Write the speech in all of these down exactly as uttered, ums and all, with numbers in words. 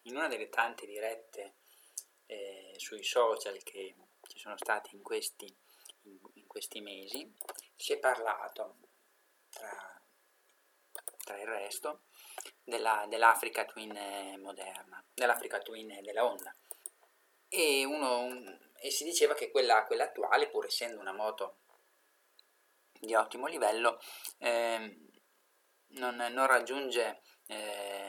in una delle tante dirette eh, sui social che ci sono state in questi, in, in questi mesi, si è parlato, tra, tra il resto, della, dell'Africa Twin eh, moderna, dell'Africa Twin eh, della Honda. E, uno, un, e si diceva che quella, quella attuale, pur essendo una moto di ottimo livello, eh, non, non raggiunge, eh,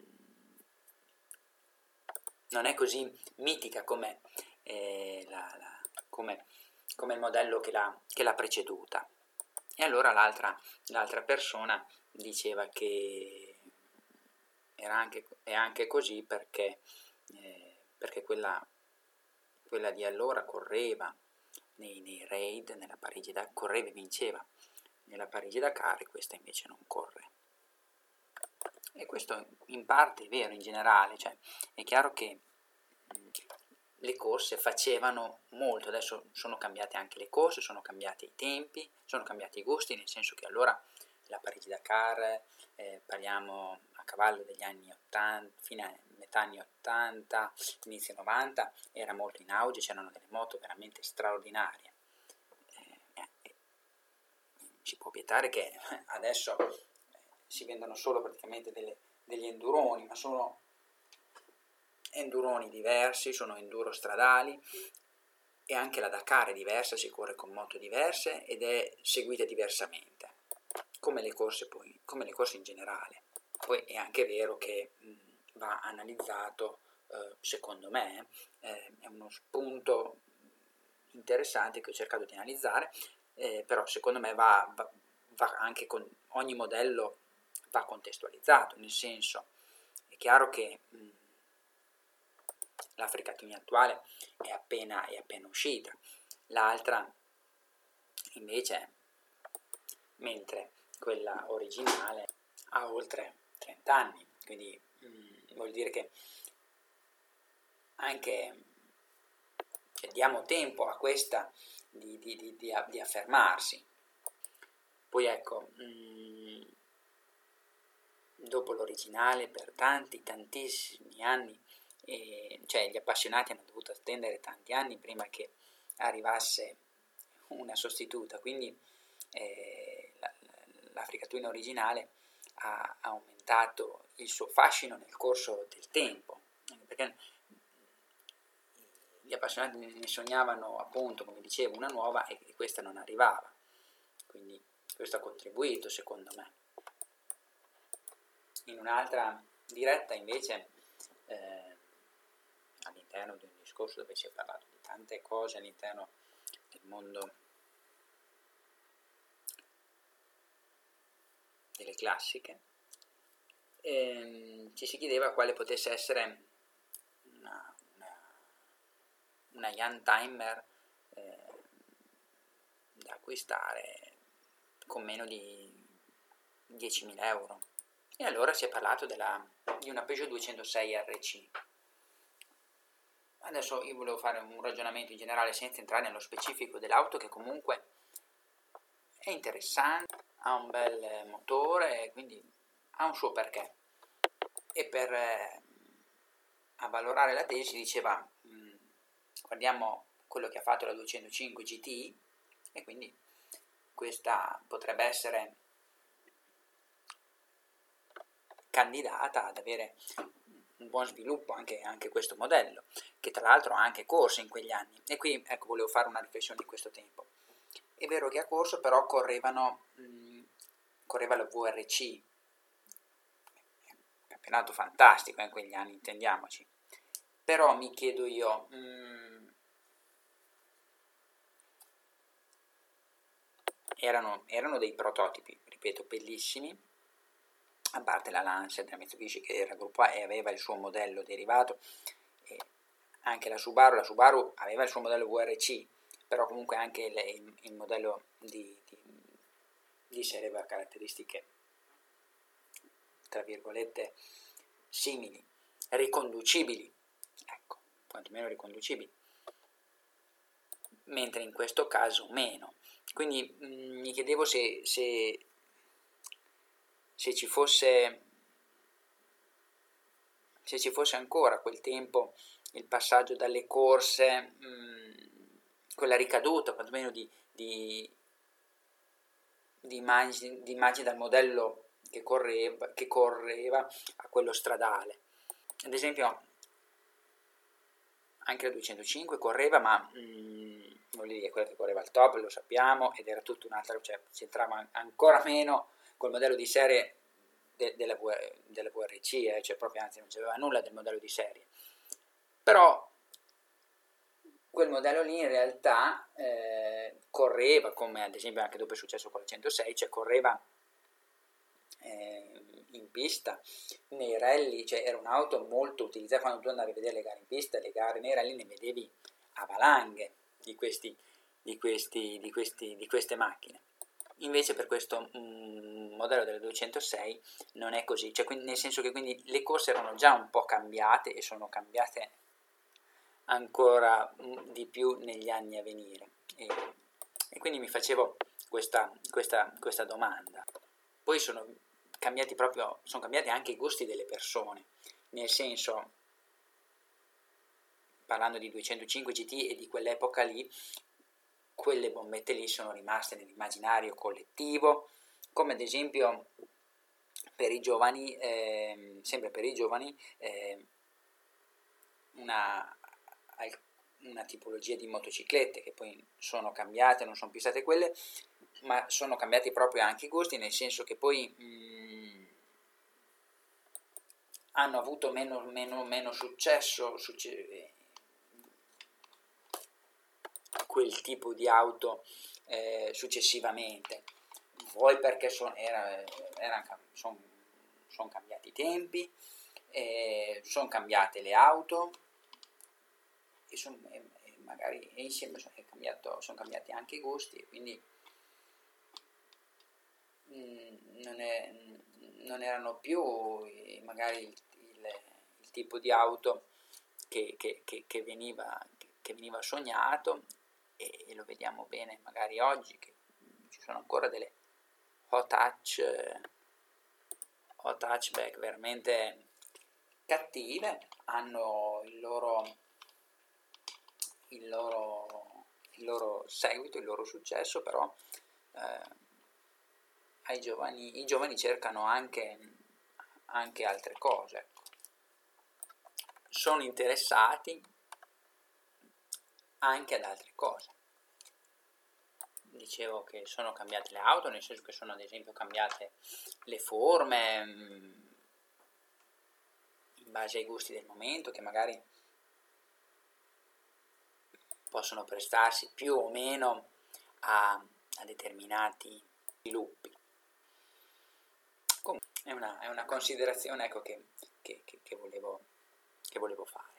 non è così mitica come, eh, la, la, come, come il modello che l'ha, che l'ha preceduta. E allora l'altra, l'altra persona diceva che era anche, è anche così perché, eh, perché quella, quella di allora correva nei, nei raid, nella Parigi-Dakar, correva e vinceva nella Parigi-Dakar, e questa invece non corre. E questo in parte è vero, in generale, cioè è chiaro che mh, le corse facevano molto, adesso sono cambiate anche le corse, sono cambiati i tempi, sono cambiati i gusti, nel senso che allora la Parigi-Dakar, eh, parliamo a cavallo degli anni ottanta, fine a metà anni ottanta, inizio novanta, era molto in auge, c'erano delle moto veramente straordinarie. Eh, eh, si può obiettare che adesso si vendono solo praticamente delle, degli enduroni, ma sono enduroni diversi, sono enduro stradali, e anche la Dakar è diversa, si corre con moto diverse ed è seguita diversamente, come le corse poi, come le corse in generale. Poi è anche vero che mh, va analizzato, eh, secondo me, eh, è uno spunto interessante che ho cercato di analizzare, eh, però secondo me va, va, va anche con ogni modello va contestualizzato, nel senso, è chiaro che mh, l'Africa Twin attuale è appena, è appena uscita, l'altra invece, mentre quella originale ha oltre trenta anni, quindi mh, vuol dire che anche, cioè, diamo tempo a questa di, di, di, di, di affermarsi. Poi ecco, mh, dopo l'originale per tanti, tantissimi anni, e, cioè gli appassionati hanno dovuto attendere tanti anni prima che arrivasse una sostituta, quindi eh, la, l'Africa Twin originale ha aumentato il suo fascino nel corso del tempo, perché gli appassionati ne sognavano, appunto, come dicevo, una nuova, e questa non arrivava, quindi questo ha contribuito, secondo me. In un'altra diretta invece, eh, all'interno di un discorso dove si è parlato di tante cose all'interno del mondo delle classiche, ehm, ci si chiedeva quale potesse essere una, una, una Young Timer eh, da acquistare con meno di diecimila euro. E allora si è parlato della, di una Peugeot duecentosei R C. Adesso io volevo fare un ragionamento in generale senza entrare nello specifico dell'auto, che comunque è interessante, ha un bel motore, quindi ha un suo perché. E per eh, avvalorare la tesi si diceva, mh, guardiamo quello che ha fatto la duecentocinque G T I, e quindi questa potrebbe essere candidata ad avere un buon sviluppo anche, anche questo modello, che tra l'altro ha anche corso in quegli anni. E qui ecco, volevo fare una riflessione di questo tempo. È vero che ha corso, però correvano mh, correva la V R C, campionato fantastico in quegli anni, intendiamoci. Però mi chiedo io, mh, erano, erano dei prototipi, ripeto, bellissimi, a parte la Lancia della Mitsubishi che era gruppo A e aveva il suo modello derivato, e anche la Subaru, la Subaru aveva il suo modello V R C, però comunque anche il, il, il modello di, di, di serie aveva caratteristiche, tra virgolette, simili, riconducibili, ecco, quantomeno riconducibili, mentre in questo caso meno. Quindi mh, mi chiedevo se, se se ci fosse se ci fosse ancora quel tempo, il passaggio dalle corse, mh, quella ricaduta quantomeno di, di, di, immagini, di immagini dal modello che correva, che correva a quello stradale. Ad esempio anche la duecentocinque correva, ma mh, voglio dire, quella che correva al top, lo sappiamo, ed era tutto un'altra, cioè c'entrava ancora meno col modello di serie de, della, della V R C, eh, cioè proprio anzi non c'aveva nulla del modello di serie. Però quel modello lì in realtà eh, correva, come ad esempio anche dopo è successo con la centosei, cioè correva eh, in pista, nei rally, cioè era un'auto molto utilizzata. Quando tu andavi a vedere le gare in pista, le gare nei rally, ne vedevi a valanghe di, questi, di, questi, di, questi, di queste macchine. Invece per questo mm, modello della duecentosei non è così, cioè, quindi, nel senso che quindi le corse erano già un po' cambiate e sono cambiate ancora mm, di più negli anni a venire, e, e quindi mi facevo questa, questa, questa domanda. Poi sono cambiati proprio, sono cambiati anche i gusti delle persone, nel senso, parlando di duecentocinque G T e di quell'epoca lì, quelle bombette lì sono rimaste nell'immaginario collettivo, come ad esempio per i giovani, eh, sempre per i giovani, eh, una, una tipologia di motociclette che poi sono cambiate, non sono più state quelle, ma sono cambiati proprio anche i gusti, nel senso che poi mh, hanno avuto meno, meno, meno successo, succe- quel tipo di auto eh, successivamente, vuoi perché son, era, era, sono son cambiati i tempi, eh, sono cambiate le auto e, son, e, e magari e insieme sono son cambiati anche i gusti, e quindi mh, non, è, non erano più eh, magari il, il, il tipo di auto che, che, che, che, veniva, che, che veniva sognato, e, e lo vediamo bene magari oggi che ci sono ancora delle hot hatch, hot hatchback veramente cattive, hanno il loro, il loro, il loro seguito, il loro successo, però eh, ai giovani, i giovani cercano anche, anche altre cose, ecco. Sono interessati anche ad altre cose. Dicevo che sono cambiate le auto, nel senso che sono ad esempio cambiate le forme mh, in base ai gusti del momento, che magari possono prestarsi più o meno a, a determinati sviluppi. Comunque è una, è una considerazione, ecco, che, che, che, che, volevo, che volevo fare.